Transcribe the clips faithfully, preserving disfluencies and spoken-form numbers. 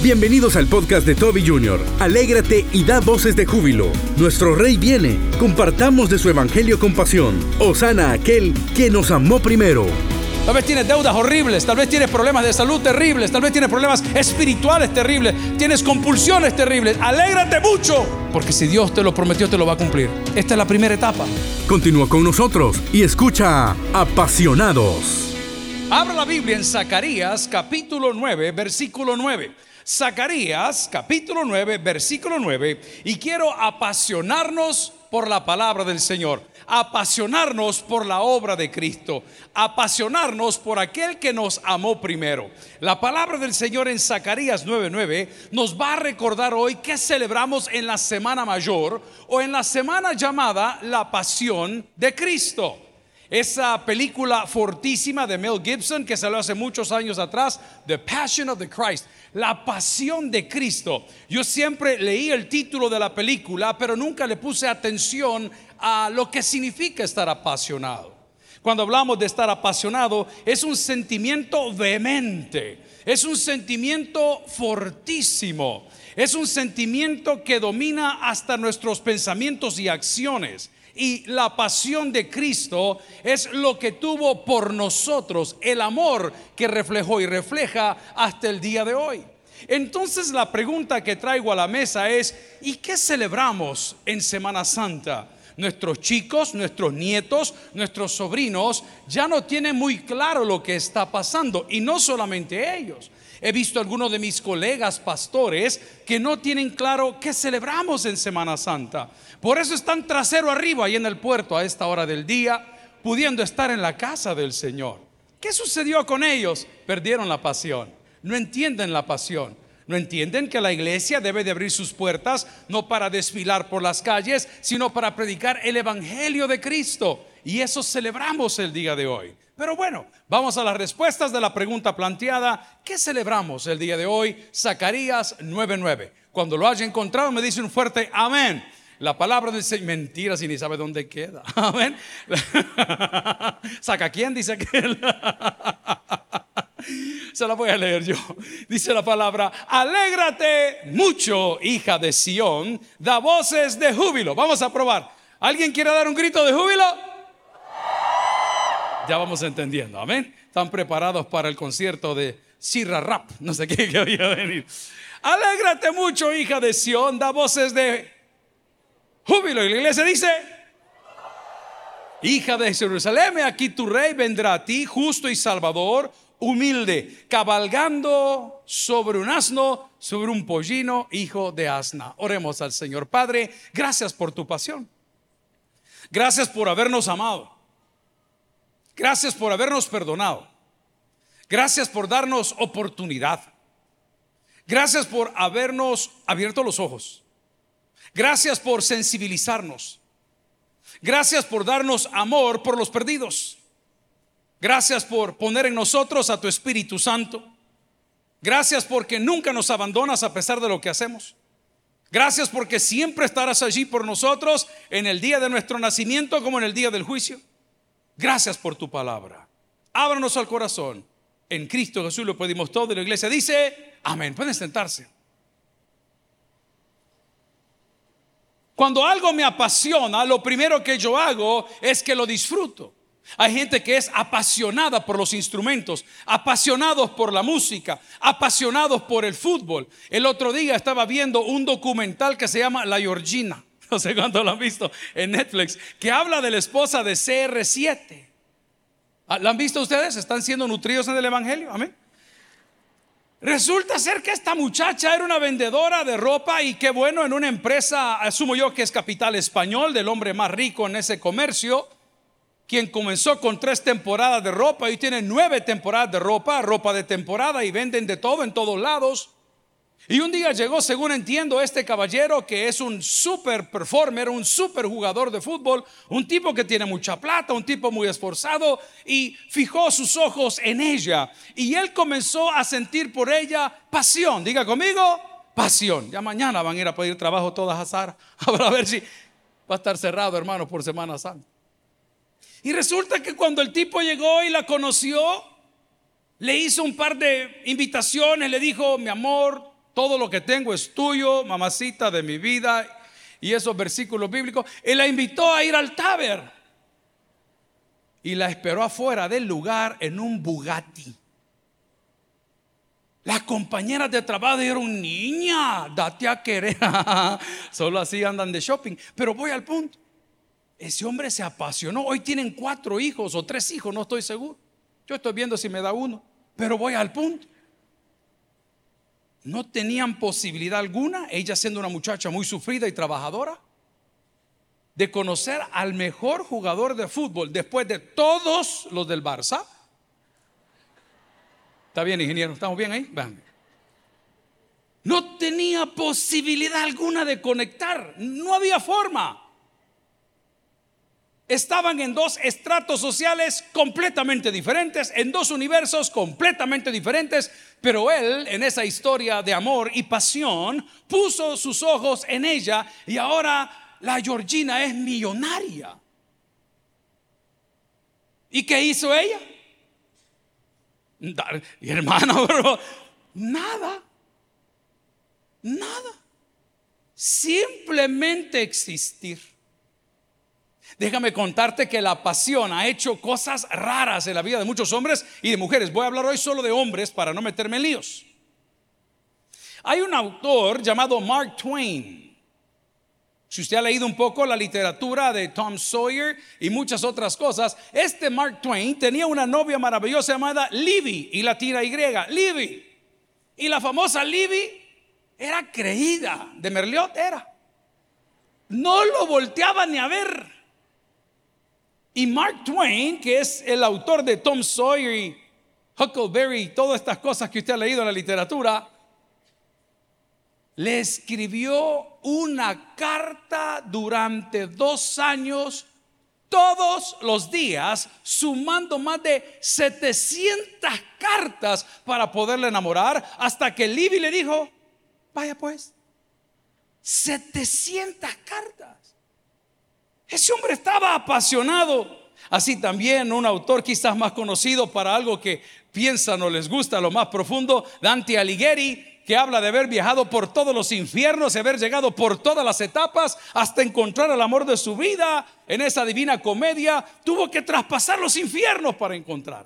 Bienvenidos al podcast de Toby junior Alégrate y da voces de júbilo. Nuestro Rey viene. Compartamos de su evangelio con pasión. Hosana a aquel que nos amó primero. Tal vez tienes deudas horribles, tal vez tienes problemas de salud terribles, tal vez tienes problemas espirituales terribles, tienes compulsiones terribles. Alégrate mucho, porque si Dios te lo prometió, te lo va a cumplir. Esta es la primera etapa. Continúa con nosotros y escucha Apasionados. Abra la Biblia en Zacarías capítulo nueve, versículo nueve. Zacarías capítulo nueve, versículo nueve. Y quiero apasionarnos por la palabra del Señor, apasionarnos por la obra de Cristo, apasionarnos por aquel que nos amó primero. La palabra del Señor en Zacarías nueve nueve nos va a recordar hoy que celebramos en la Semana Mayor o en la semana llamada la Pasión de Cristo. Esa película fortísima de Mel Gibson que salió hace muchos años atrás, The Passion of the Christ, la pasión de Cristo. Yo siempre leí el título de la película, pero nunca le puse atención a lo que significa estar apasionado. Cuando hablamos de estar apasionado, es un sentimiento vehemente, es un sentimiento fortísimo, es un sentimiento que domina hasta nuestros pensamientos y acciones. Y la pasión de Cristo es lo que tuvo por nosotros, el amor que reflejó y refleja hasta el día de hoy. Entonces la pregunta que traigo a la mesa es: ¿y qué celebramos en Semana Santa? Nuestros chicos, nuestros nietos, nuestros sobrinos ya no tienen muy claro lo que está pasando, y no solamente ellos. He visto algunos de mis colegas pastores que no tienen claro qué celebramos en Semana Santa. Por eso están trasero arriba ahí en el puerto a esta hora del día, pudiendo estar en la casa del Señor. ¿Qué sucedió con ellos? Perdieron la pasión. No entienden la pasión. No entienden que la iglesia debe de abrir sus puertas no para desfilar por las calles, sino para predicar el evangelio de Cristo. Y eso celebramos el día de hoy. Pero bueno, vamos a las respuestas de la pregunta planteada. ¿Qué celebramos el día de hoy? Zacarías nueve nueve. Cuando lo haya encontrado me dice un fuerte amén. La palabra dice mentira si ni sabe dónde queda. Amén. ¿Saca quién? Dice aquel. Se la voy a leer yo. Dice la palabra: alégrate mucho, hija de Sión, da voces de júbilo. Vamos a probar. ¿Alguien quiere dar un grito de júbilo? Ya vamos entendiendo, amén. ¿Están preparados para el concierto de Sirra Rap? No sé qué que había de venir. Alégrate mucho, hija de Sión, da voces de júbilo. Y la iglesia dice: hija de Jerusalén, aquí tu rey vendrá a ti, justo y salvador, humilde, cabalgando sobre un asno, sobre un pollino, hijo de asna. Oremos al Señor. Padre, gracias por tu pasión. Gracias por habernos amado. Gracias por habernos perdonado. Gracias por darnos oportunidad. Gracias por habernos abierto los ojos. Gracias por sensibilizarnos. Gracias por darnos amor por los perdidos. Gracias por poner en nosotros a tu Espíritu Santo. Gracias porque nunca nos abandonas a pesar de lo que hacemos. Gracias porque siempre estarás allí por nosotros en el día de nuestro nacimiento como en el día del juicio. Gracias por tu palabra. Ábranos al corazón. En Cristo Jesús lo pedimos todo. Y la iglesia dice amén. Pueden sentarse. Cuando algo me apasiona, lo primero que yo hago es que lo disfruto. Hay gente que es apasionada por los instrumentos, apasionados por la música, apasionados por el fútbol. El otro día estaba viendo un documental que se llama La Georgina. No sé cuánto lo han visto en Netflix, que habla de la esposa de C R siete. ¿La han visto ustedes? ¿Están siendo nutridos en el evangelio? Amén. Resulta ser que esta muchacha era una vendedora de ropa, y qué bueno, en una empresa, asumo yo que es capital español, del hombre más rico en ese comercio, quien comenzó con tres temporadas de ropa y tiene nueve temporadas de ropa, ropa de temporada, y venden de todo en todos lados. Y un día llegó, según entiendo, este caballero que es un super performer, un super jugador de fútbol, un tipo que tiene mucha plata, un tipo muy esforzado, y fijó sus ojos en ella. Y él comenzó a sentir por ella pasión. Diga conmigo, pasión. Ya mañana van a ir a pedir trabajo todas a Sara. Ahora a ver si va a estar cerrado, hermanos, por Semana Santa. Y resulta que cuando el tipo llegó y la conoció, le hizo un par de invitaciones, le dijo: mi amor, todo lo que tengo es tuyo, mamacita de mi vida, y esos versículos bíblicos. Y la invitó a ir al Taber y la esperó afuera del lugar en un Bugatti. Las compañeras de trabajo dijeron: niña, date a querer. Solo así andan de shopping. Pero voy al punto. Ese hombre se apasionó. Hoy tienen cuatro hijos o tres hijos, no estoy seguro. Yo estoy viendo si me da uno. Pero voy al punto. No tenían posibilidad alguna, ella siendo una muchacha muy sufrida y trabajadora, de conocer al mejor jugador de fútbol después de todos los del Barça. ¿Está bien, ingeniero? ¿Estamos bien ahí? Van. No tenía posibilidad alguna de conectar. No había forma. Estaban en dos estratos sociales completamente diferentes, en dos universos completamente diferentes. Pero él, en esa historia de amor y pasión, puso sus ojos en ella. Y ahora la Georgina es millonaria. ¿Y qué hizo ella? Hermano, bro, nada, nada, simplemente existir. Déjame contarte que la pasión ha hecho cosas raras en la vida de muchos hombres y de mujeres. Voy a hablar hoy solo de hombres para no meterme en líos. Hay un autor llamado Mark Twain. Si usted ha leído un poco la literatura de Tom Sawyer y muchas otras cosas, este Mark Twain tenía una novia maravillosa llamada Libby, y la tira Y, Libby. Y la famosa Libby era creída de Merliot, era. No lo volteaba ni a ver. Y Mark Twain, que es el autor de Tom Sawyer y Huckleberry y todas estas cosas que usted ha leído en la literatura, le escribió una carta durante dos años, todos los días, sumando más de setecientas cartas para poderle enamorar, hasta que Libby le dijo: vaya pues. setecientas cartas. Ese hombre estaba apasionado. Así también un autor quizás más conocido para algo que piensan o les gusta lo más profundo, Dante Alighieri, que habla de haber viajado por todos los infiernos, de haber llegado por todas las etapas hasta encontrar el amor de su vida. En esa Divina Comedia tuvo que traspasar los infiernos para encontrarla.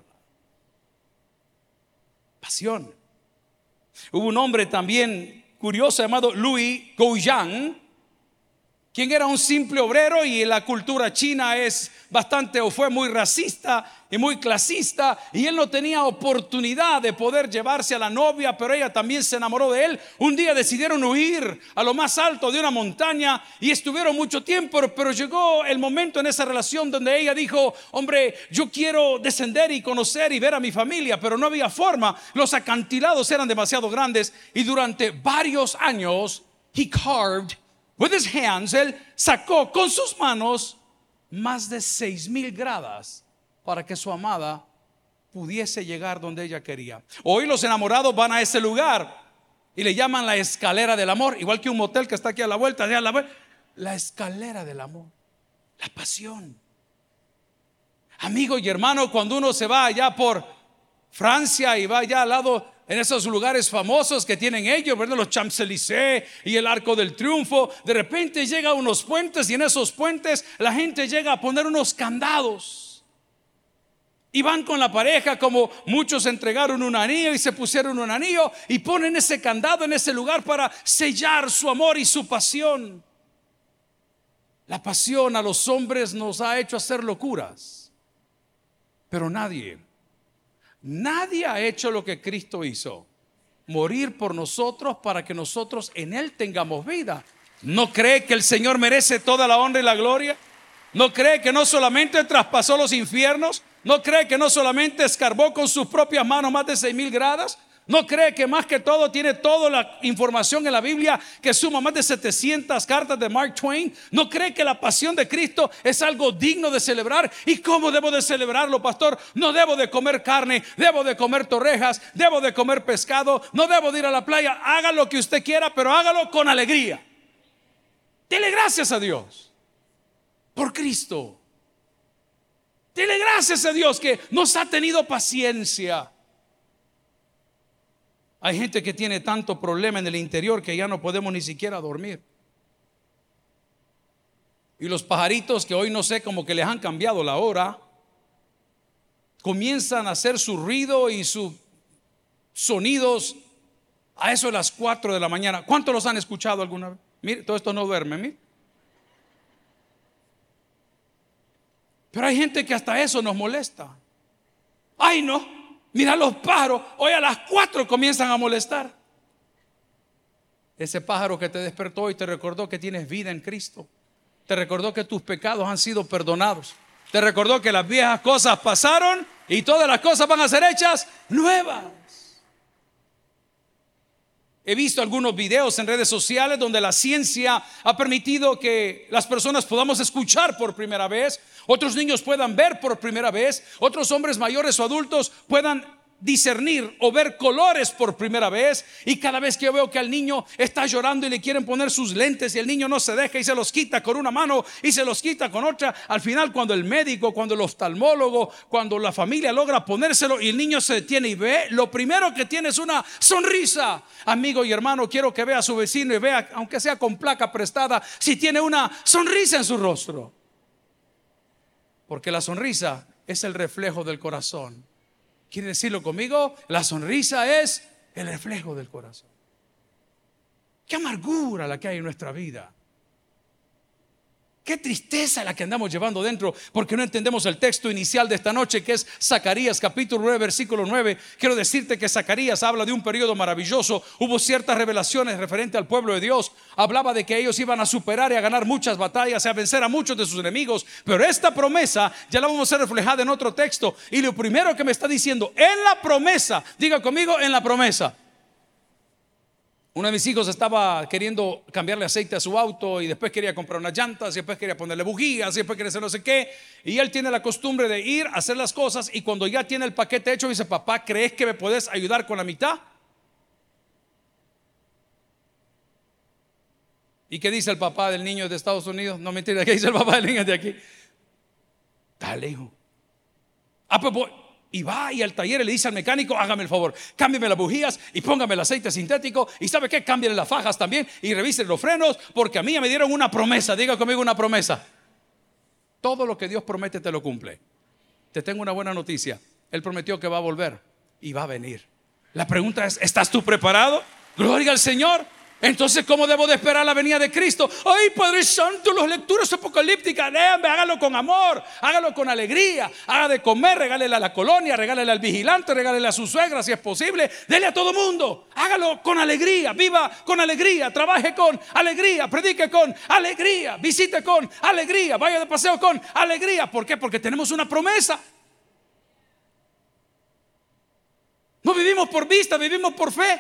Pasión. Hubo un hombre también curioso llamado Louis Goujian, quien era un simple obrero, y la cultura china es bastante o fue muy racista y muy clasista, y él no tenía oportunidad de poder llevarse a la novia, pero ella también se enamoró de él. Un día decidieron huir a lo más alto de una montaña y estuvieron mucho tiempo, pero llegó el momento en esa relación donde ella dijo: hombre, yo quiero descender y conocer y ver a mi familia, pero no había forma. Los acantilados eran demasiado grandes, y durante varios años he carved with his hands, él sacó con sus manos más de seis mil gradas para que su amada pudiese llegar donde ella quería. Hoy los enamorados van a ese lugar y le llaman la escalera del amor, igual que un motel que está aquí a la vuelta, allá a la vuelta. La escalera del amor, la pasión. Amigo y hermano, cuando uno se va allá por Francia y va allá al lado, en esos lugares famosos que tienen ellos, ¿verdad? Los Champs-Élysées y el Arco del Triunfo, de repente llega a unos puentes, y en esos puentes la gente llega a poner unos candados, y van con la pareja, como muchos entregaron un anillo y se pusieron un anillo, y ponen ese candado en ese lugar para sellar su amor y su pasión. La pasión a los hombres nos ha hecho hacer locuras, pero nadie Nadie ha hecho lo que Cristo hizo: morir por nosotros para que nosotros en Él tengamos vida. ¿No cree que el Señor merece toda la honra y la gloria? ¿No cree que no solamente traspasó los infiernos? ¿No cree que no solamente escarbó con sus propias manos más de seis mil gradas? ¿No cree que más que todo tiene toda la información en la Biblia, que suma más de setecientas cartas de Mark Twain? ¿No cree que la pasión de Cristo es algo digno de celebrar? ¿Y cómo debo de celebrarlo, pastor? No debo de comer carne, debo de comer torrejas, debo de comer pescado, no debo de ir a la playa. Haga lo que usted quiera, pero hágalo con alegría. Dele gracias a Dios por Cristo. Dele gracias a Dios que nos ha tenido paciencia. Hay gente que tiene tanto problema en el interior que ya no podemos ni siquiera dormir. Y los pajaritos, que hoy no sé, como que les han cambiado la hora, comienzan a hacer su ruido y sus sonidos a eso de las cuatro de la mañana. ¿Cuántos los han escuchado alguna vez? Mire, todo esto no duerme, mire. Pero hay gente que hasta eso nos molesta. Ay, no, mira los pájaros, hoy a las cuatro comienzan a molestar. Ese pájaro que te despertó y te recordó que tienes vida en Cristo, te recordó que tus pecados han sido perdonados, te recordó que las viejas cosas pasaron y todas las cosas van a ser hechas nuevas. He visto algunos videos en redes sociales donde la ciencia ha permitido que las personas podamos escuchar por primera vez, otros niños puedan ver por primera vez, otros hombres mayores o adultos puedan discernir o ver colores por primera vez. Y cada vez que yo veo que al niño está llorando y le quieren poner sus lentes y el niño no se deja y se los quita con una mano y se los quita con otra, al final cuando el médico, cuando el oftalmólogo, cuando la familia logra ponérselo y el niño se detiene y ve, lo primero que tiene es una sonrisa. Amigo y hermano, quiero que vea a su vecino y vea, aunque sea con placa prestada, si tiene una sonrisa en su rostro, porque la sonrisa es el reflejo del corazón. ¿Quiere decirlo conmigo? La sonrisa es el reflejo del corazón. Qué amargura la que hay en nuestra vida. Qué tristeza la que andamos llevando dentro porque no entendemos el texto inicial de esta noche, que es Zacarías capítulo nueve versículo nueve. Quiero decirte que Zacarías habla de un periodo maravilloso. Hubo ciertas revelaciones referente al pueblo de Dios. Hablaba de que ellos iban a superar y a ganar muchas batallas y a vencer a muchos de sus enemigos. Pero esta promesa ya la vamos a ver reflejada en otro texto. Y lo primero que me está diciendo, en la promesa, diga conmigo, en la promesa. Uno de mis hijos estaba queriendo cambiarle aceite a su auto y después quería comprar unas llantas y después quería ponerle bujías y después quería hacer no sé qué. Y él tiene la costumbre de ir a hacer las cosas y cuando ya tiene el paquete hecho dice: papá, ¿crees que me puedes ayudar con la mitad? ¿Y qué dice el papá del niño de Estados Unidos? No, mentira, ¿qué dice el papá del niño de aquí? Dale, hijo. Ah, pues voy. Y va y al taller y le dice al mecánico: hágame el favor, cámbiame las bujías y póngame el aceite sintético. Y ¿sabe qué? Cámbiale las fajas también y revisen los frenos, porque a mí ya me dieron una promesa. Diga conmigo, una promesa. Todo lo que Dios promete te lo cumple. Te tengo una buena noticia. Él prometió que va a volver y va a venir. La pregunta es: ¿estás tú preparado? Gloria al Señor. Entonces, ¿cómo debo de esperar la venida de Cristo? Ay, Padre Santo, las lecturas apocalípticas, léame, hágalo con amor, hágalo con alegría, haga de comer, regálele a la colonia, regálele al vigilante, regálele a su suegra si es posible, dele a todo mundo, hágalo con alegría, viva con alegría, trabaje con alegría, predique con alegría, visite con alegría, vaya de paseo con alegría. ¿Por qué? Porque tenemos una promesa. No vivimos por vista, vivimos por fe.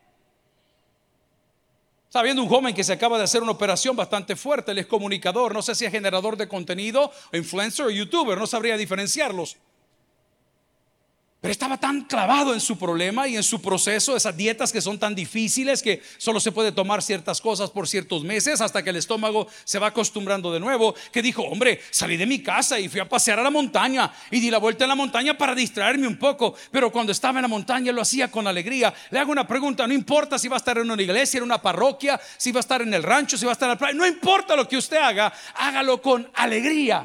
Estaba viendo un joven que se acaba de hacer una operación bastante fuerte. Él es comunicador, no sé si es generador de contenido, o influencer o youtuber, no sabría diferenciarlos. Pero estaba tan clavado en su problema y en su proceso, esas dietas que son tan difíciles que solo se puede tomar ciertas cosas por ciertos meses hasta que el estómago se va acostumbrando de nuevo, que dijo: hombre, salí de mi casa y fui a pasear a la montaña y di la vuelta en la montaña para distraerme un poco, pero cuando estaba en la montaña lo hacía con alegría. Le hago una pregunta: no importa si va a estar en una iglesia, en una parroquia, si va a estar en el rancho, si va a estar en la playa, no importa lo que usted haga, hágalo con alegría.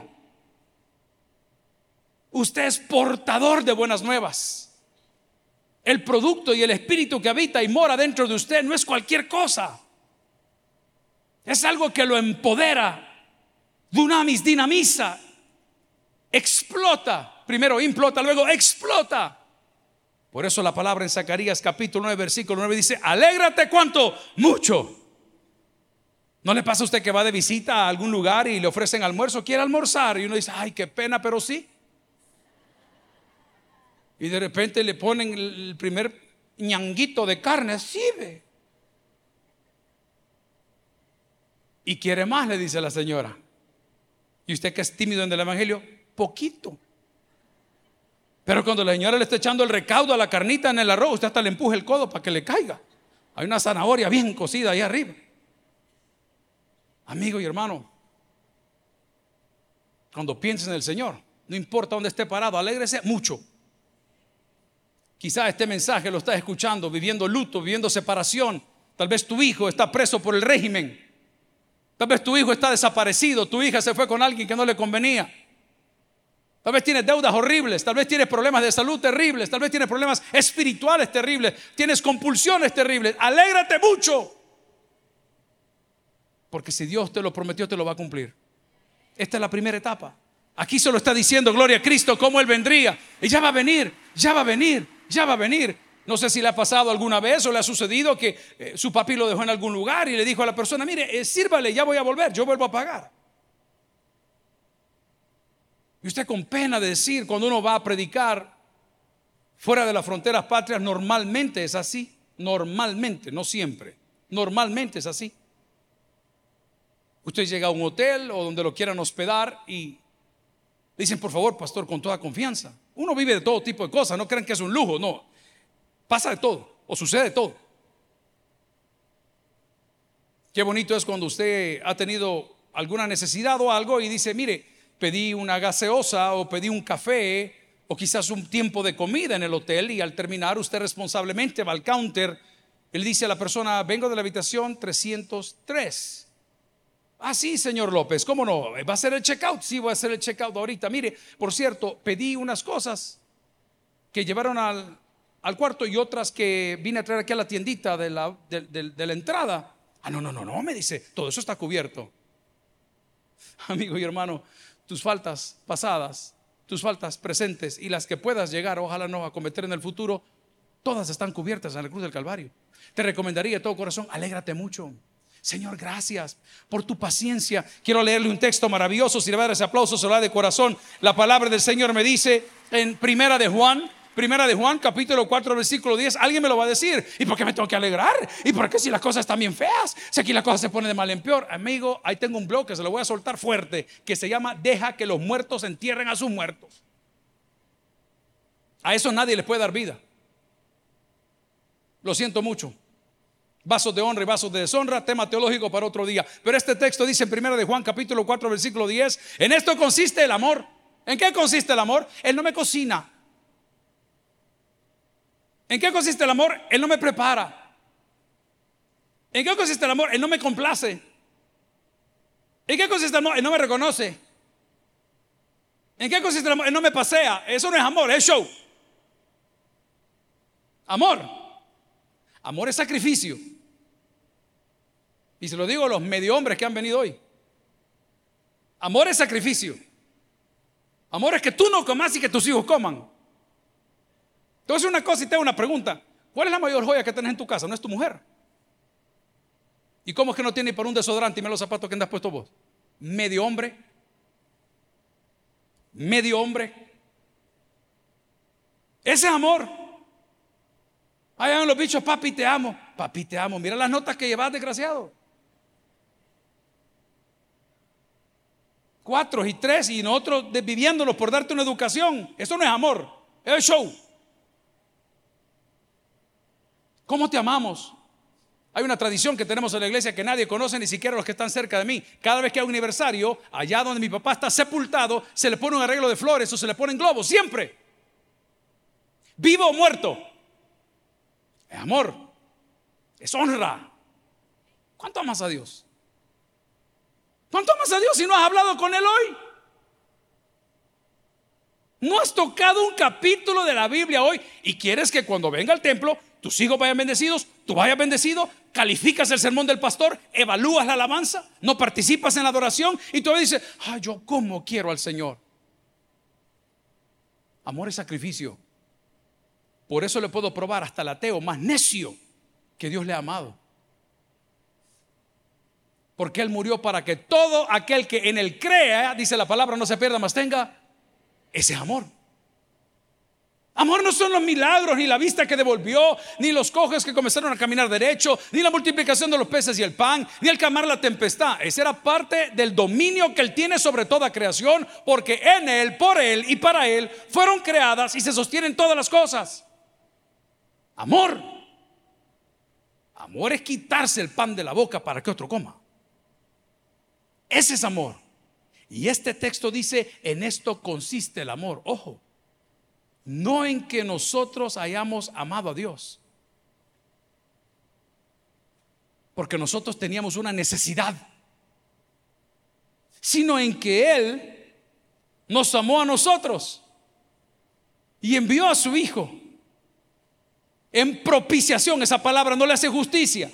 Usted es portador de buenas nuevas. El producto y el espíritu que habita y mora dentro de usted no es cualquier cosa. Es algo que lo empodera, dunamis, dinamiza, explota. Primero implota, luego explota. Por eso la palabra en Zacarías capítulo nueve versículo nueve dice: alégrate, ¿cuánto? Mucho. ¿No le pasa a usted que va de visita a algún lugar y le ofrecen almuerzo? Quiere almorzar y uno dice: ay, qué pena, pero sí. Y de repente le ponen el primer ñanguito de carne, así ve. Y quiere más, le dice la señora. Y usted, que es tímido en el evangelio, poquito. Pero cuando la señora le está echando el recaudo a la carnita en el arroz, usted hasta le empuja el codo para que le caiga. Hay una zanahoria bien cocida ahí arriba. Amigo y hermano, cuando piense en el Señor, no importa dónde esté parado, alégrese mucho. Quizá este mensaje lo estás escuchando viviendo luto, viviendo separación. Tal vez tu hijo está preso por el régimen. Tal vez tu hijo está desaparecido, tu hija se fue con alguien que no le convenía. Tal vez tienes deudas horribles, tal vez tienes problemas de salud terribles, tal vez tienes problemas espirituales terribles, tienes compulsiones terribles. Alégrate mucho, porque si Dios te lo prometió, te lo va a cumplir. Esta es la primera etapa. Aquí solo está diciendo, gloria a Cristo, cómo Él vendría. Y ya va a venir, ya va a venir, ya va a venir. No sé si le ha pasado alguna vez o le ha sucedido que eh, su papi lo dejó en algún lugar y le dijo a la persona, mire, eh, sírvale, ya voy a volver, yo vuelvo a pagar. Y usted con pena de decir, cuando uno va a predicar fuera de las fronteras patrias, normalmente es así. Normalmente, no siempre. Normalmente es así. Usted llega a un hotel o donde lo quieran hospedar y dicen, por favor, pastor, con toda confianza. Uno vive de todo tipo de cosas, no crean que es un lujo, no. Pasa de todo, o sucede de todo. Qué bonito es cuando usted ha tenido alguna necesidad o algo y dice, mire, pedí una gaseosa o pedí un café o quizás un tiempo de comida en el hotel, y al terminar usted responsablemente va al counter y le dice a la persona, vengo de la habitación trescientos tres. Ah, sí, señor López, ¿cómo no? ¿Va a hacer el checkout? Sí, voy a hacer el checkout ahorita. Mire, por cierto, pedí unas cosas que llevaron al al cuarto y otras que vine a traer aquí a la tiendita de la, de, de, de la entrada. Ah, no, no, no, no, me dice, todo eso está cubierto. Amigo y hermano, tus faltas pasadas, tus faltas presentes y las que puedas llegar, ojalá no, a cometer en el futuro, todas están cubiertas en la cruz del Calvario. Te recomendaría de todo corazón, alégrate mucho. Señor, gracias por tu paciencia. Quiero leerle un texto maravilloso. Si le va a dar ese aplauso, se lo da de corazón. La palabra del Señor me dice en Primera de Juan, Primera de Juan, capítulo cuatro, versículo diez. Alguien me lo va a decir. ¿Y por qué me tengo que alegrar? ¿Y por qué si las cosas están bien feas? Si aquí la cosa se pone de mal en peor. Amigo, ahí tengo un blog que se lo voy a soltar fuerte, que se llama Deja que los muertos entierren a sus muertos. A eso nadie les puede dar vida. Lo siento mucho. Vasos de honra y vasos de deshonra, tema teológico para otro día. Pero este texto dice en Primera de Juan, capítulo cuatro, versículo diez. En esto consiste el amor. ¿En qué consiste el amor? Él no me cocina. ¿En qué consiste el amor? Él no me prepara. ¿En qué consiste el amor? Él no me complace. ¿En qué consiste el amor? Él no me reconoce. ¿En qué consiste el amor? Él no me pasea. Eso no es amor, es show. Amor. Amor es sacrificio. Y se lo digo a los medio hombres que han venido hoy. Amor es sacrificio. Amor es que tú no comas y que tus hijos coman. Entonces una cosa y te hago una pregunta. ¿Cuál es la mayor joya que tenés en tu casa? No es tu mujer. ¿Y cómo es que no tiene para un desodorante y me los zapatos que andas puesto vos? Medio hombre. Medio hombre. Ese es amor. Ahí van los bichos, papi te amo. Papi te amo. Mira las notas que llevas, desgraciado. Cuatro y tres y nosotros desviviéndolos por darte una educación. Eso no es amor, es show. ¿Cómo te amamos? Hay una tradición que tenemos en la iglesia que nadie conoce, ni siquiera los que están cerca de mí. Cada vez que hay un aniversario, allá donde mi papá está sepultado, se le pone un arreglo de flores o se le ponen globos, siempre. Vivo o muerto. Es amor, es honra. ¿Cuánto amas a Dios? ¿Cuánto amas a Dios si no has hablado con Él hoy? No has tocado un capítulo de la Biblia hoy y quieres que cuando venga al templo tus hijos vayan bendecidos, tú vayas bendecido, calificas el sermón del pastor, evalúas la alabanza, no participas en la adoración y tú dices, ay, yo cómo quiero al Señor. Amor es sacrificio. Por eso le puedo probar hasta el ateo más necio que Dios le ha amado. Porque Él murió para que todo aquel que en Él crea, dice la palabra, no se pierda, mas tenga ese amor. Amor no son los milagros, ni la vista que devolvió, ni los cojos que comenzaron a caminar derecho, ni la multiplicación de los peces y el pan, ni el calmar la tempestad. Esa era parte del dominio que Él tiene sobre toda creación, porque en Él, por Él y para Él fueron creadas y se sostienen todas las cosas. Amor. Amor es quitarse el pan de la boca para que otro coma. Ese es amor. Y este texto dice, en esto consiste el amor. Ojo, no en que nosotros hayamos amado a Dios, porque nosotros teníamos una necesidad, sino en que Él nos amó a nosotros y envió a su Hijo en propiciación. Esa palabra no le hace justicia.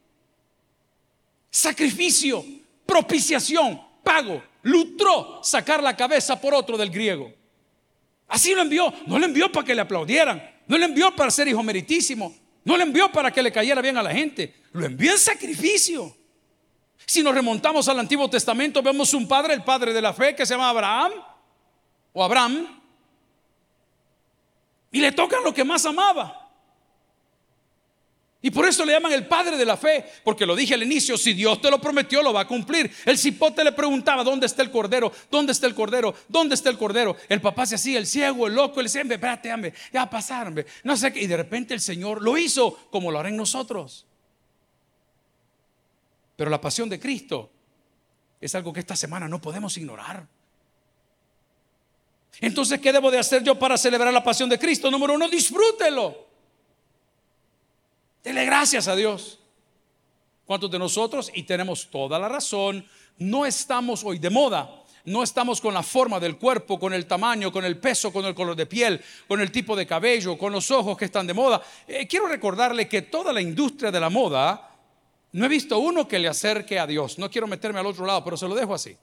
Sacrificio, propiciación, pago, lutró, sacar la cabeza por otro del griego. Así lo envió. No lo envió para que le aplaudieran, no lo envió para ser hijo meritísimo, no lo envió para que le cayera bien a la gente, lo envió en sacrificio. Si nos remontamos al Antiguo Testamento, vemos un padre, el padre de la fe, que se llama Abraham o Abraham, y le tocan lo que más amaba. Y por eso le llaman el padre de la fe, porque lo dije al inicio, si Dios te lo prometió, lo va a cumplir. El cipote le preguntaba: ¿dónde está el cordero? ¿Dónde está el cordero? ¿Dónde está el cordero? El papá se hacía el ciego, el loco, el decía: espérate, hombre, ya va a pasar, hombre. No sé qué. Y de repente el Señor lo hizo, como lo hará en nosotros. Pero la pasión de Cristo es algo que esta semana no podemos ignorar. Entonces, ¿qué debo de hacer yo para celebrar la pasión de Cristo? Número uno, disfrútelo. Dele gracias a Dios. ¿Cuántos de nosotros, y tenemos toda la razón, no estamos hoy de moda? No estamos con la forma del cuerpo, con el tamaño, con el peso, con el color de piel, con el tipo de cabello, con los ojos que están de moda. Eh, quiero recordarle que toda la industria de la moda, no he visto uno que le acerque a Dios. No quiero meterme al otro lado, pero se lo dejo así.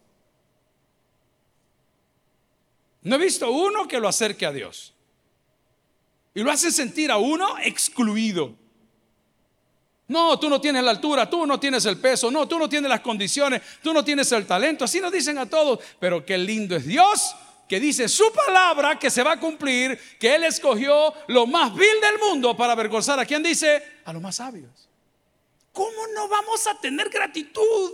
No he visto uno que lo acerque a Dios. Y lo hacen sentir a uno excluido. No, tú no tienes la altura, tú no tienes el peso, no, tú no tienes las condiciones, tú no tienes el talento. Así nos dicen a todos. Pero qué lindo es Dios, que dice su palabra que se va a cumplir, que Él escogió lo más vil del mundo para avergonzar a quien dice, a los más sabios. ¿Cómo no vamos a tener gratitud?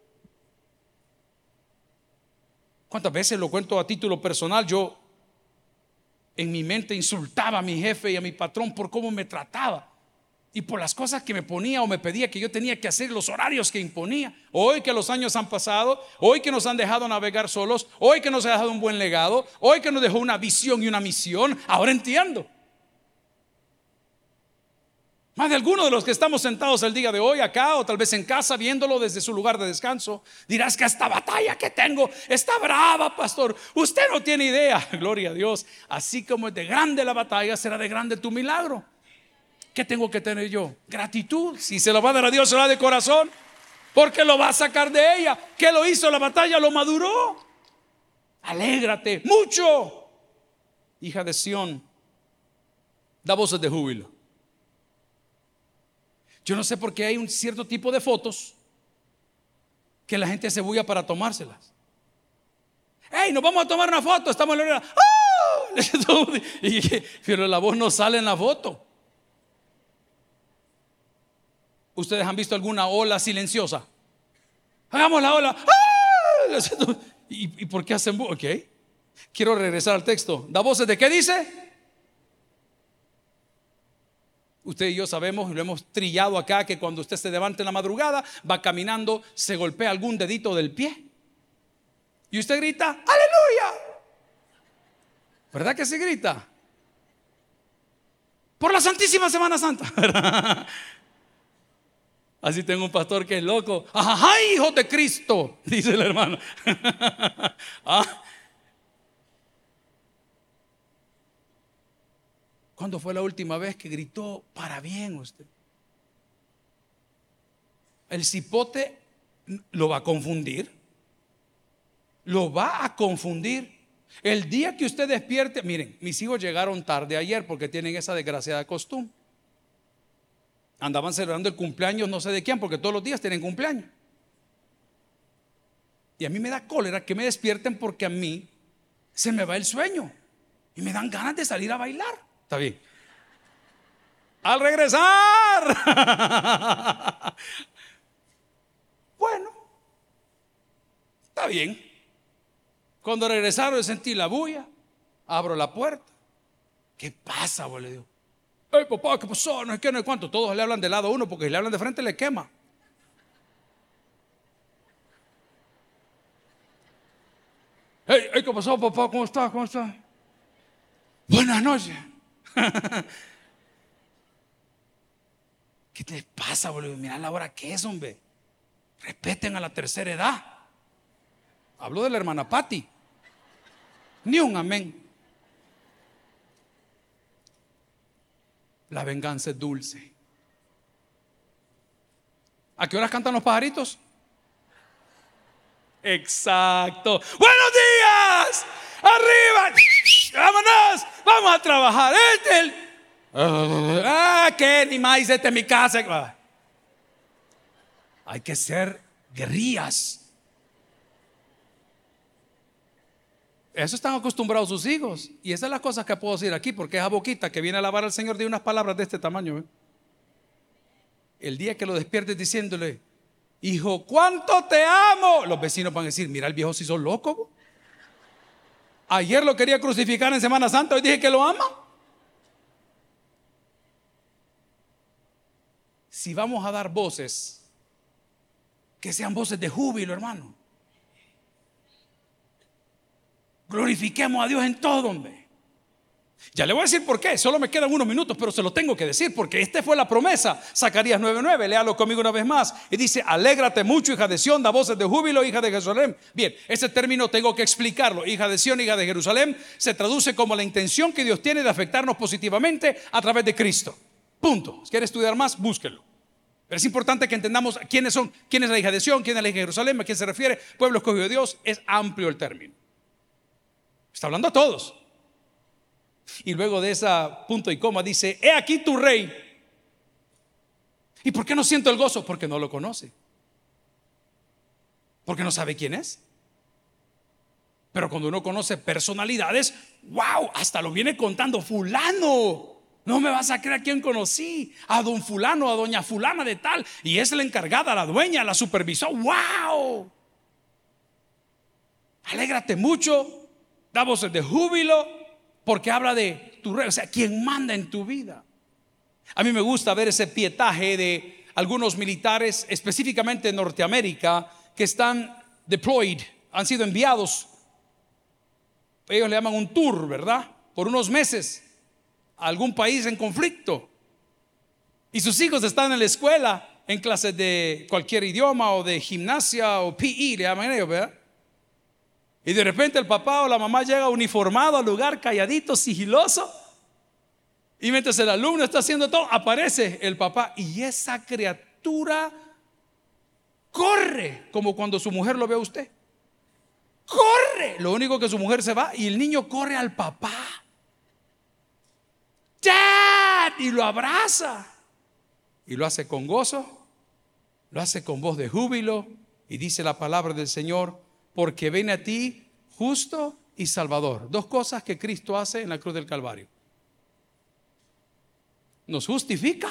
¿Cuántas veces, lo cuento a título personal, yo en mi mente insultaba a mi jefe y a mi patrón por cómo me trataba y por las cosas que me ponía o me pedía que yo tenía que hacer, los horarios que imponía? Hoy que los años han pasado, hoy que nos han dejado navegar solos, hoy que nos ha dejado un buen legado, hoy que nos dejó una visión y una misión, ahora entiendo. Más de algunos de los que estamos sentados el día de hoy acá, o tal vez en casa viéndolo desde su lugar de descanso, dirás que esta batalla que tengo está brava, pastor. Usted no tiene idea. Gloria a Dios. Así como es de grande la batalla, será de grande tu milagro. ¿Qué tengo que tener yo? Gratitud. Si se lo va a dar a Dios, se lo da de corazón, porque lo va a sacar de ella. ¿Qué lo hizo la batalla? Lo maduró. Alégrate mucho, hija de Sión. Da voces de júbilo. Yo no sé por qué hay un cierto tipo de fotos que la gente se bulla para tomárselas. ¡Hey, nos vamos a tomar una foto! Estamos en la ¡oh! Pero la voz no sale en la foto. ¿Ustedes han visto alguna ola silenciosa? Hagamos la ola. ¡Ah! ¿Y, ¿Y por qué hacen? Ok, quiero regresar al texto. ¿Da voces de qué dice? Usted y yo sabemos, y lo hemos trillado acá, que cuando usted se levanta en la madrugada, va caminando, se golpea algún dedito del pie y usted grita ¡aleluya! ¿Verdad que se grita? Por la Santísima Semana Santa. Así tengo un pastor que es loco. ¡Ajá, hijo de Cristo! Dice el hermano. ¿Ah? ¿Cuándo fue la última vez que gritó para bien usted? El cipote lo va a confundir. Lo va a confundir. El día que usted despierte, miren, mis hijos llegaron tarde ayer porque tienen esa desgraciada costumbre. Andaban celebrando el cumpleaños no sé de quién, porque todos los días tienen cumpleaños. Y a mí me da cólera que me despierten, porque a mí se me va el sueño y me dan ganas de salir a bailar. Está bien. Al regresar, bueno, está bien. Cuando regresaron, sentí la bulla. Abro la puerta. ¿Qué pasa, boludo? Le digo, hey, papá, ¿qué pasó? No es que no es cuánto. Todos le hablan de lado a uno, porque si le hablan de frente le quema. Hey, hey, ¿qué pasó, papá? ¿Cómo estás? ¿Cómo estás? Buenas noches. ¿Qué te pasa, boludo? Mira la hora que es, hombre. Respeten a la tercera edad. Habló de la hermana Patti. Ni un amén. La venganza es dulce. ¿A qué horas cantan los pajaritos? Exacto. Buenos días. Arriba. Vámonos. Vamos a trabajar. Este el... Ah, que ni más, esta es mi casa. Hay que ser guerrillas. Eso están acostumbrados sus hijos. Y esas son las cosas que puedo decir aquí, porque esa boquita que viene a alabar al Señor de unas palabras de este tamaño, ¿eh? El día que lo despiertes diciéndole: hijo, ¿cuánto te amo? Los vecinos van a decir: mira, el viejo si sos loco. Ayer lo quería crucificar en Semana Santa, hoy dije que lo ama. Si vamos a dar voces, que sean voces de júbilo, hermano. Glorifiquemos a Dios en todo, hombre. Ya le voy a decir por qué, solo me quedan unos minutos, pero se lo tengo que decir porque esta fue la promesa. Zacarías nueve nueve, léalo conmigo una vez más. Y dice: alégrate mucho, hija de Sión, da voces de júbilo, hija de Jerusalén. Bien, ese término tengo que explicarlo. Hija de Sión, hija de Jerusalén, se traduce como la intención que Dios tiene de afectarnos positivamente a través de Cristo. Punto. Si quiere estudiar más, búsquelo. Pero es importante que entendamos quiénes son, quién es la hija de Sión, quién es la hija de Jerusalén, a quién se refiere. Pueblo escogido de Dios, es amplio el término. Está hablando a todos. Y luego de esa punto y coma dice: he aquí tu rey. ¿Y por qué no siento el gozo? Porque no lo conoce. Porque no sabe quién es. Pero cuando uno conoce personalidades, wow, hasta lo viene contando fulano. No me vas a creer a quién conocí. A don fulano, a doña fulana de tal. Y es la encargada, la dueña, la supervisó. Wow. Alégrate mucho. Da voces de júbilo, porque habla de tu rey, o sea, quien manda en tu vida. A mí me gusta ver ese pietaje de algunos militares, específicamente en Norteamérica, que están deployed, han sido enviados. Ellos le llaman un tour, ¿verdad? Por unos meses a algún país en conflicto. Y sus hijos están en la escuela, en clases de cualquier idioma o de gimnasia o P E, le llaman ellos, ¿verdad? Y de repente el papá o la mamá llega uniformado al lugar, calladito, sigiloso. Y mientras el alumno está haciendo todo, aparece el papá. Y esa criatura corre, como cuando su mujer lo ve a usted. Corre. Lo único que su mujer se va y el niño corre al papá. ¡Dad! Y lo abraza. Y lo hace con gozo, lo hace con voz de júbilo. Y dice la palabra del Señor: porque ven a ti justo y salvador. Dos cosas que Cristo hace en la cruz del Calvario: nos justifica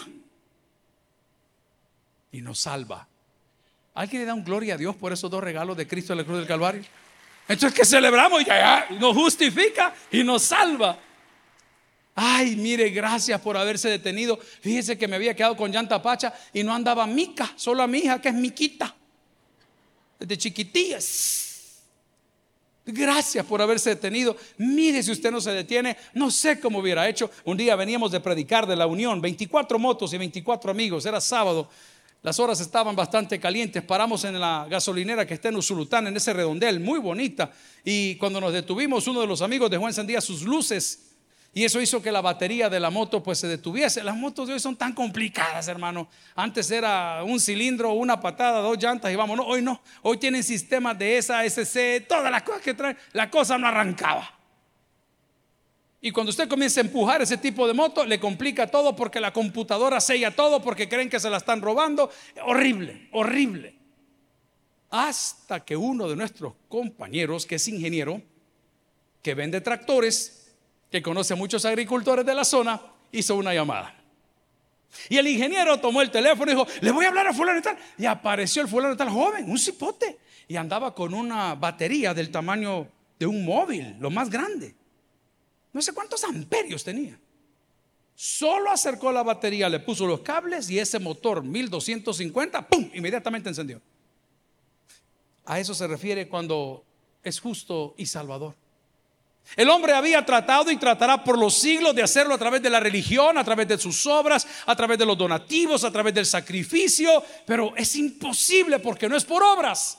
y nos salva. ¿Alguien le da un gloria a Dios por esos dos regalos de Cristo en la cruz del Calvario? Entonces, que celebramos y ya, ya, nos justifica y nos salva. Ay, mire, gracias por haberse detenido. Fíjese que me había quedado con llanta pacha y no andaba Mica, solo a mi hija, que es Miquita, desde chiquitillas. Gracias por haberse detenido. Mire, si usted no se detiene, no sé cómo hubiera hecho. Un día veníamos de predicar de la Unión, veinticuatro motos y veinticuatro amigos. Era sábado, las horas estaban bastante calientes. Paramos en la gasolinera que está en Usulután, en ese redondel, muy bonita. Y cuando nos detuvimos, uno de los amigos dejó encendidas sus luces, y eso hizo que la batería de la moto pues se detuviese. Las motos de hoy son tan complicadas, hermano. Antes era un cilindro, una patada, dos llantas y vámonos. Hoy no, hoy tienen sistemas de S A S C, todas las cosas que traen. La cosa no arrancaba. Y cuando usted comienza a empujar ese tipo de moto, le complica todo, porque la computadora sella todo, porque creen que se la están robando. Horrible, horrible. Hasta que uno de nuestros compañeros, que es ingeniero, que vende tractores, que conoce a muchos agricultores de la zona, hizo una llamada. Y el ingeniero tomó el teléfono y dijo: le voy a hablar a fulano y tal. Y apareció el fulano y tal, joven, un cipote, y andaba con una batería del tamaño de un móvil, lo más grande. No sé cuántos amperios tenía. Solo acercó la batería, le puso los cables y ese motor mil doscientos cincuenta, ¡pum!, inmediatamente encendió. A eso se refiere cuando es justo y salvador. El hombre había tratado y tratará por los siglos de hacerlo a través de la religión, a través de sus obras, a través de los donativos, a través del sacrificio, pero es imposible porque no es por obras.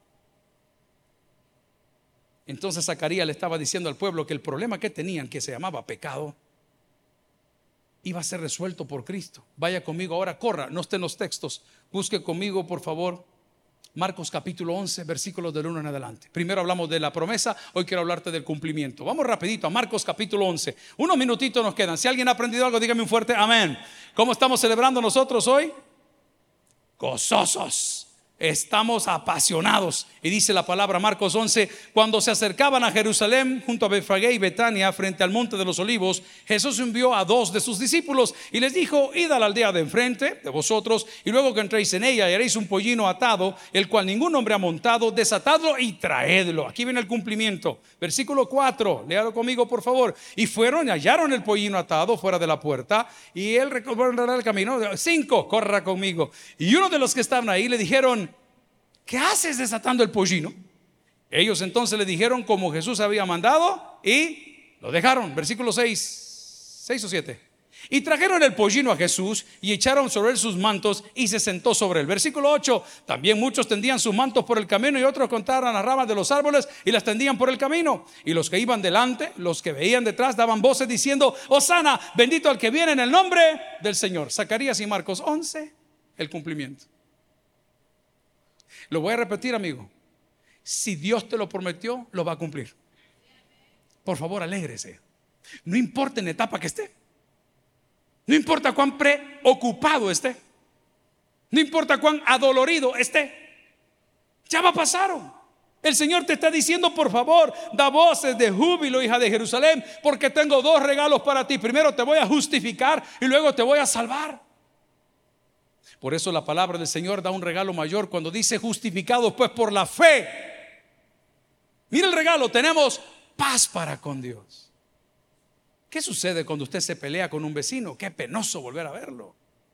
Entonces Zacarías le estaba diciendo al pueblo que el problema que tenían, que se llamaba pecado, iba a ser resuelto por Cristo. Vaya conmigo ahora, corra, no esté en los textos, busque conmigo por favor Marcos capítulo once, versículos del uno en adelante. Primero hablamos de la promesa, hoy quiero hablarte del cumplimiento. Vamos rapidito a Marcos capítulo once. Unos minutitos nos quedan. Si alguien ha aprendido algo, dígame un fuerte amén. ¿Cómo estamos celebrando nosotros hoy? Gozosos. Estamos apasionados. Y dice la palabra Marcos once: cuando se acercaban a Jerusalén, junto a Betfagé y Betania, frente al monte de los olivos, Jesús envió a dos de sus discípulos y les dijo: id a la aldea de enfrente de vosotros, y luego que entréis en ella haréis un pollino atado, el cual ningún hombre ha montado, desatadlo y traedlo. Aquí viene el cumplimiento. Versículo cuatro, léalo conmigo por favor. Y fueron y hallaron el pollino atado fuera de la puerta, y él recorrerá el camino. Cinco, corra conmigo. Y uno de los que estaban ahí le dijeron: ¿qué haces desatando el pollino? Ellos entonces le dijeron como Jesús había mandado y lo dejaron. Versículo seis, seis o siete. Y trajeron el pollino a Jesús y echaron sobre él sus mantos y se sentó sobre él. Versículo ocho. También muchos tendían sus mantos por el camino y otros cortaron las ramas de los árboles y las tendían por el camino. Y los que iban delante, los que veían detrás, daban voces diciendo: Hosana, bendito el que viene en el nombre del Señor. Zacarías y Marcos once, el cumplimiento. Lo voy a repetir, amigo. Si Dios te lo prometió, lo va a cumplir. Por favor, alégrese. No importa en la etapa que esté. No importa cuán preocupado esté. No importa cuán adolorido esté. Ya va, pasaron. El Señor te está diciendo: por favor, da voces de júbilo, hija de Jerusalén, porque tengo dos regalos para ti. Primero te voy a justificar y luego te voy a salvar. Por eso la palabra del Señor da un regalo mayor cuando dice: justificados pues por la fe. Mira el regalo, tenemos paz para con Dios. ¿Qué sucede cuando usted se pelea con un vecino? Qué penoso volver a verlo.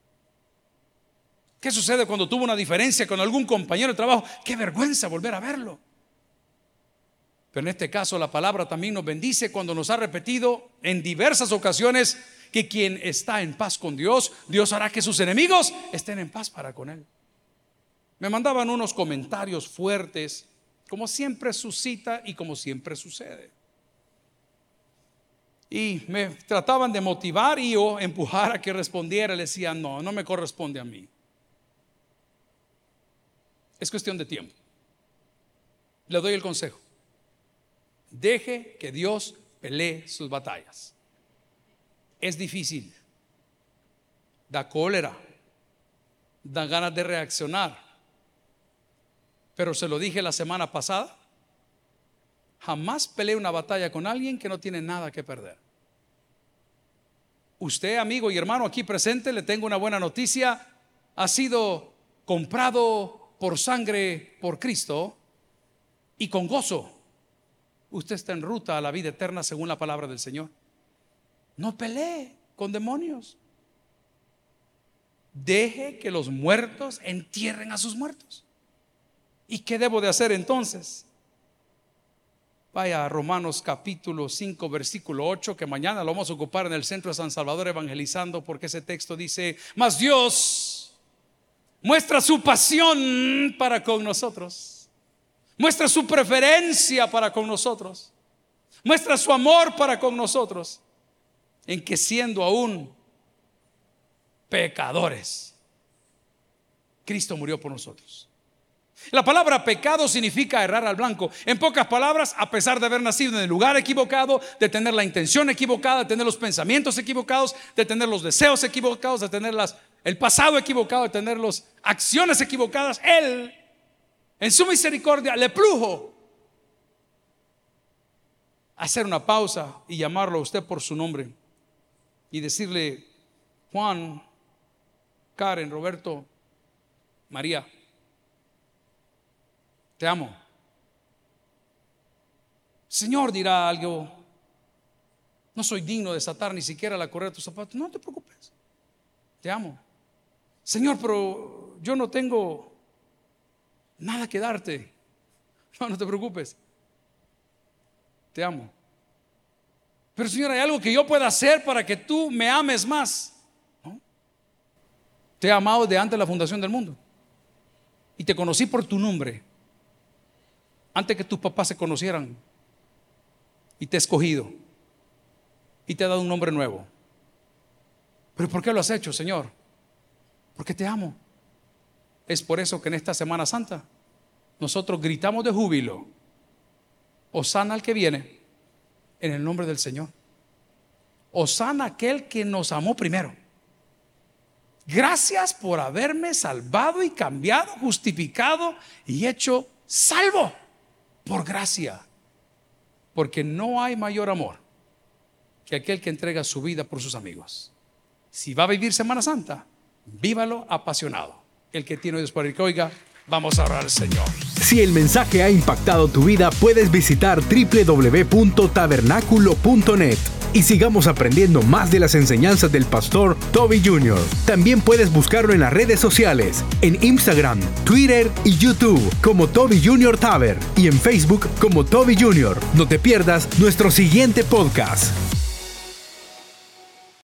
¿Qué sucede cuando tuvo una diferencia con algún compañero de trabajo? Qué vergüenza volver a verlo. Pero en este caso la palabra también nos bendice cuando nos ha repetido en diversas ocasiones que quien está en paz con Dios, Dios hará que sus enemigos estén en paz para con él. Me mandaban unos comentarios fuertes, como siempre suscita y como siempre sucede. Y me trataban de motivar y o empujar a que respondiera. Le decía: no, no me corresponde a mí. Es cuestión de tiempo. Le doy el consejo: deje que Dios pelee sus batallas. Es difícil, da cólera, da ganas de reaccionar, pero se lo dije la semana pasada: jamás pelee una batalla con alguien que no tiene nada que perder. Usted, amigo y hermano aquí presente, le tengo una buena noticia: ha sido comprado por sangre por Cristo, y con gozo usted está en ruta a la vida eterna según la palabra del Señor. No pelee con demonios. Deje que los muertos entierren a sus muertos. ¿Y qué debo de hacer entonces? Vaya a Romanos capítulo cinco, versículo ocho, que mañana lo vamos a ocupar en el centro de San Salvador evangelizando, porque ese texto dice: mas Dios muestra su pasión para con nosotros, muestra su preferencia para con nosotros, muestra su amor para con nosotros, en que siendo aún pecadores, Cristo murió por nosotros. La palabra pecado significa errar al blanco. En pocas palabras, a pesar de haber nacido en el lugar equivocado, de tener la intención equivocada, de tener los pensamientos equivocados, de tener los deseos equivocados, de tener las, el pasado equivocado, de tener las acciones equivocadas, Él, en su misericordia, le plujo hacer una pausa y llamarlo a usted por su nombre y decirle: Juan, Karen, Roberto, María, te amo. Señor, dirá algo: no soy digno de desatar ni siquiera la correa de tus zapatos. No te preocupes, te amo. Señor, pero yo no tengo nada que darte. No, no te preocupes, te amo. Pero Señor, ¿hay algo que yo pueda hacer para que tú me ames más? ¿No? Te he amado de antes de la fundación del mundo. Y te conocí por tu nombre. Antes que tus papás se conocieran. Y te he escogido. Y te he dado un nombre nuevo. ¿Pero por qué lo has hecho, Señor? Porque te amo. Es por eso que en esta Semana Santa nosotros gritamos de júbilo: Hosana al que viene en el nombre del Señor. Hosana aquel que nos amó primero. Gracias por haberme salvado y cambiado, justificado y hecho salvo por gracia. Porque no hay mayor amor que aquel que entrega su vida por sus amigos. Si va a vivir Semana Santa, vívalo apasionado. El que tiene oídos para el que oiga, vamos a orar al Señor. Si el mensaje ha impactado tu vida, puedes visitar doble u doble u doble u punto tabernáculo punto net y sigamos aprendiendo más de las enseñanzas del pastor Toby junior También puedes buscarlo en las redes sociales, en Instagram, Twitter y YouTube como Toby junior Taber y en Facebook como Toby junior No te pierdas nuestro siguiente podcast.